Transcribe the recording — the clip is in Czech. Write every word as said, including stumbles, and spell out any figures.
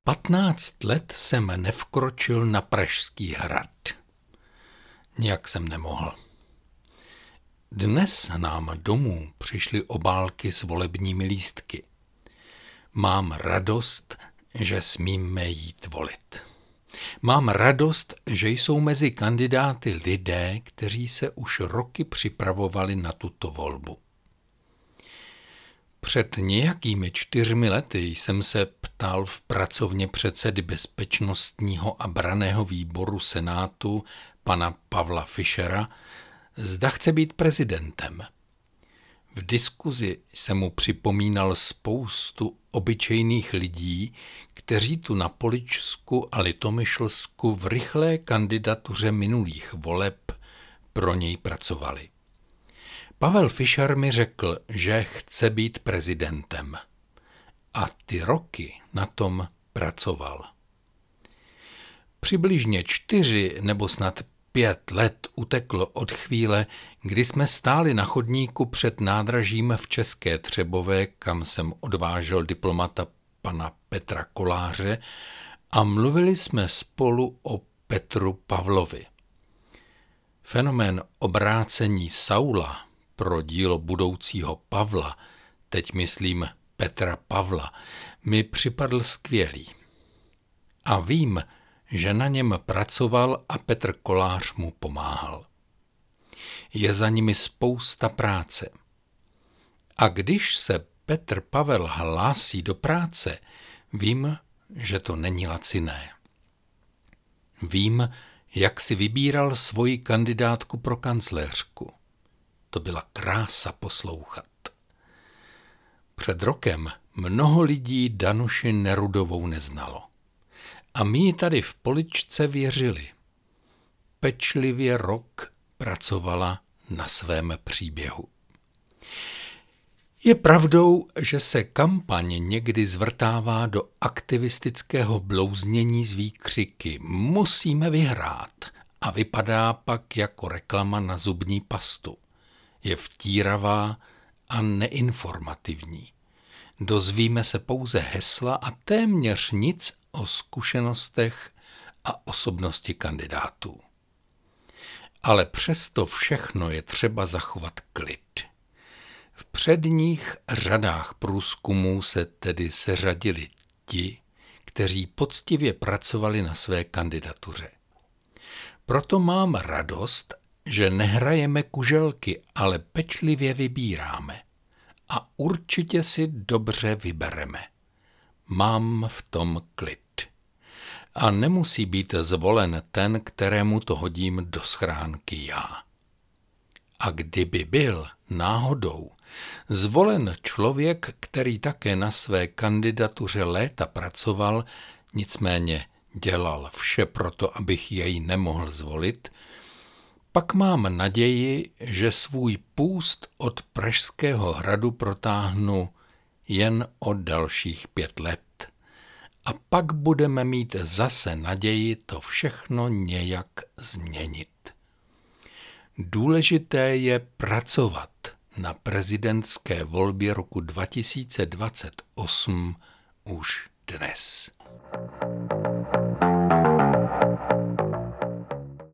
Patnáct let jsem nevkročil na Pražský hrad. Nijak jsem nemohl. Dnes nám domů přišly obálky s volebními lístky. Mám radost, že smíme jít volit. Mám radost, že jsou mezi kandidáty lidé, kteří se už roky připravovali na tuto volbu. Před nějakými čtyřmi lety jsem se ptal v pracovně předsedy bezpečnostního a branného výboru Senátu pana Pavla Fischera, zda chce být prezidentem. V diskuzi jsem mu připomínal spoustu obyčejných lidí, kteří tu na Poličsku a Litomyšlsku v rychlé kandidatuře minulých voleb pro něj pracovali. Pavel Fischer mi řekl, že chce být prezidentem. A ty roky na tom pracoval. Přibližně čtyři nebo snad pět let uteklo od chvíle, kdy jsme stáli na chodníku před nádražím v České Třebové, kam jsem odvážel diplomata pana Petra Koláře, a mluvili jsme spolu o Petru Pavlovi. Fenomén obrácení Saula pro dílo budoucího Pavla, teď myslím Petra Pavla, mi připadl skvělý. A vím, že na něm pracoval a Petr Kolář mu pomáhal. Je za nimi spousta práce. A když se Petr Pavel hlásí do práce, vím, že to není laciné. Vím, jak si vybíral svoji kandidátku pro kancléřku. To byla krása poslouchat. Před rokem mnoho lidí Danuši Nerudovou neznalo. A my ji tady v Poličce věřili. Pečlivě rok pracovala na svém příběhu. Je pravdou, že se kampaň někdy zvrtává do aktivistického blouznění s výkřiky "musíme vyhrát" a vypadá pak jako reklama na zubní pastu. Je vtíravá a neinformativní. Dozvíme se pouze hesla a téměř nic o zkušenostech a osobnosti kandidátů. Ale přesto všechno je třeba zachovat klid. V předních řadách průzkumů se tedy seřadili ti, kteří poctivě pracovali na své kandidatuře. Proto mám radost, že nehrajeme kuželky, ale pečlivě vybíráme. A určitě si dobře vybereme. Mám v tom klid. A nemusí být zvolen ten, kterému to hodím do schránky já. A kdyby byl náhodou zvolen člověk, který také na své kandidatuře léta pracoval, nicméně dělal vše proto, abych jej nemohl zvolit, pak mám naději, že svůj půst od Pražského hradu protáhnu jen o dalších pět let. A pak budeme mít zase naději to všechno nějak změnit. Důležité je pracovat na prezidentské volbě roku dva tisíce dvacet osm už dnes.